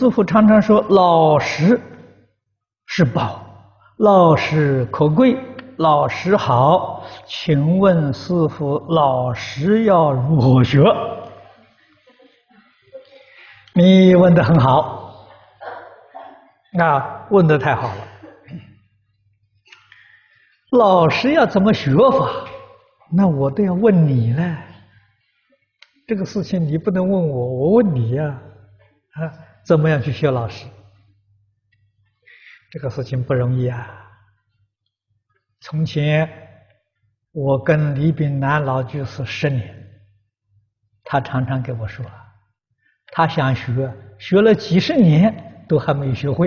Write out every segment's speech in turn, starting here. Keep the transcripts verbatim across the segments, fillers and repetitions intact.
师父常常说老实是宝，老实可贵，老实好。请问师父，老实要如何学？你问得很好，啊，问得太好了。老实要怎么学法？那我都要问你了。这个事情你不能问我，我问你呀，啊，怎么样去学老实？这个事情不容易啊。从前我跟李炳南老居士十年，他常常跟我说，他想学，学了几十年都还没有学会。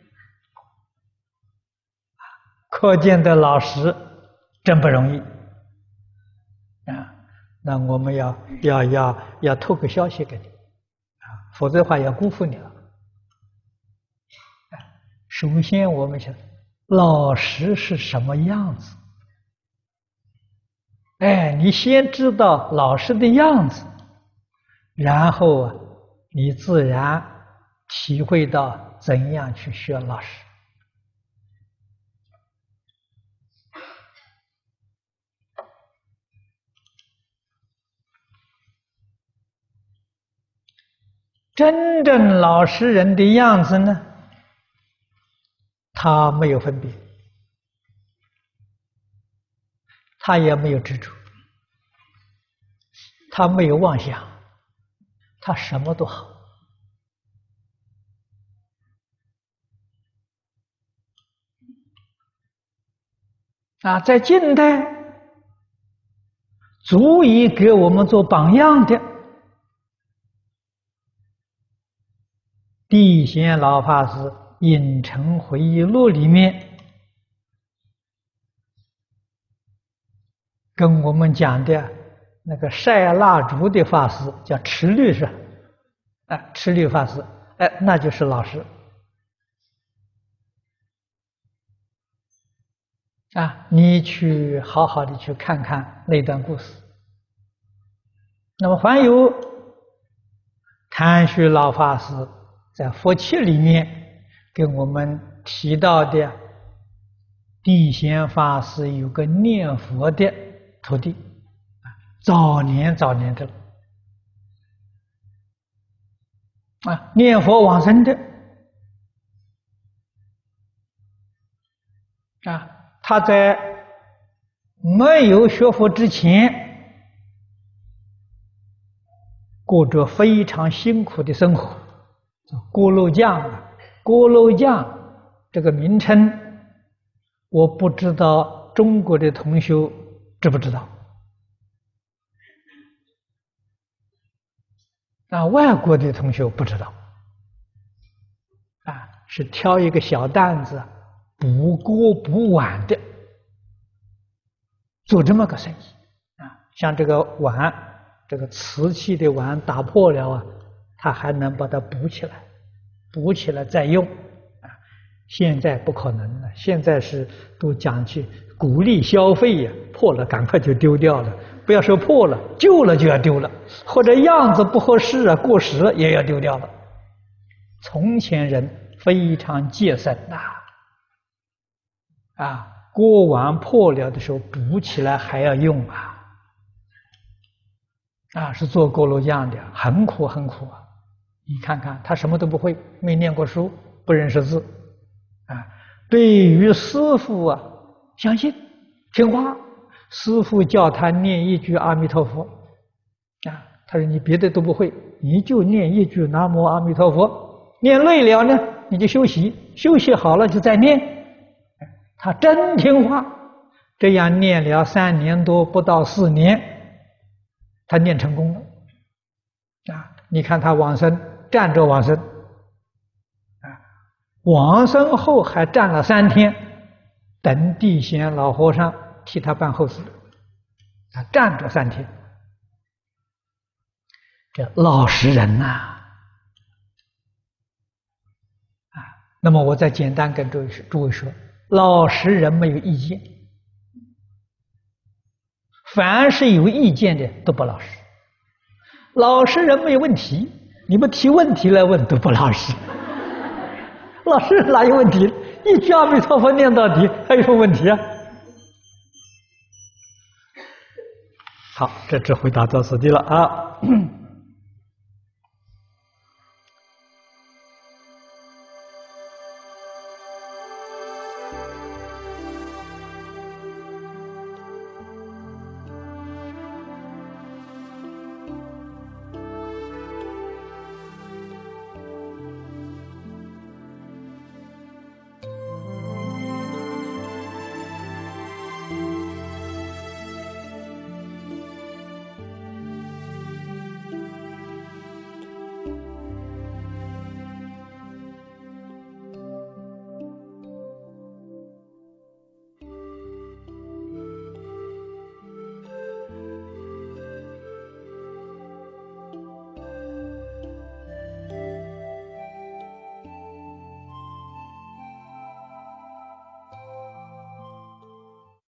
可见的老实真不容易啊！那我们要要要要透个消息给你啊，否则的话要辜负你了。首先我们想，老实是什么样子？哎，你先知道老实的样子，然后啊，你自然体会到怎样去学老实。真正老实人的样子呢，他没有分别，他也没有执着，他没有妄想，他什么都好。啊，在近代足以给我们做榜样的地贤老法师《隐城回忆录》里面跟我们讲的那个晒蜡烛的法师叫持律是吧？啊，持律法师，哎，那就是老实啊！你去好好的去看看那段故事。那么还有谭旭老法师在佛契里面跟我们提到的地贤法师有个念佛的徒弟，早年早年的啊，念佛往生的啊，他在没有学佛之前，过着非常辛苦的生活。锅炉匠啊，锅炉匠这个名称，我不知道中国的同学知不知道？啊，外国的同学不知道。啊，是挑一个小担子补锅补碗的，做这么个生意啊。像这个碗，这个瓷器的碗打破了啊，他还能把它补起来，补起来再用啊。现在不可能了，现在是都讲去鼓励消费呀，破了赶快就丢掉了，不要说破了，旧了就要丢了，或者样子不合适啊，过时了也要丢掉了。从前人非常节省呐，啊，锅碗破了的时候补起来还要用啊，啊，是做锅炉匠的，很苦很苦啊。你看看他什么都不会，没念过书，不认识字，啊，对于师父啊，相信听话，师父叫他念一句阿弥陀佛，啊，他说你别的都不会，你就念一句南无阿弥陀佛。念累了呢，你就休息，休息好了就再念。他真听话，这样念了三年多，不到四年，他念成功了。啊，你看他往生，站着往生，啊，往生后还站了三天，等地贤老和尚替他办后事，他站着三天，这老实人呐、啊。那么我再简单跟诸位说，诸位说，老实人没有意见，凡是有意见的都不老实。老实人没有问题，你们提问题来问都不老实。 老师哪有问题？一句阿弥陀佛念到底，还有什么问题啊？好，这只回答到此地了啊。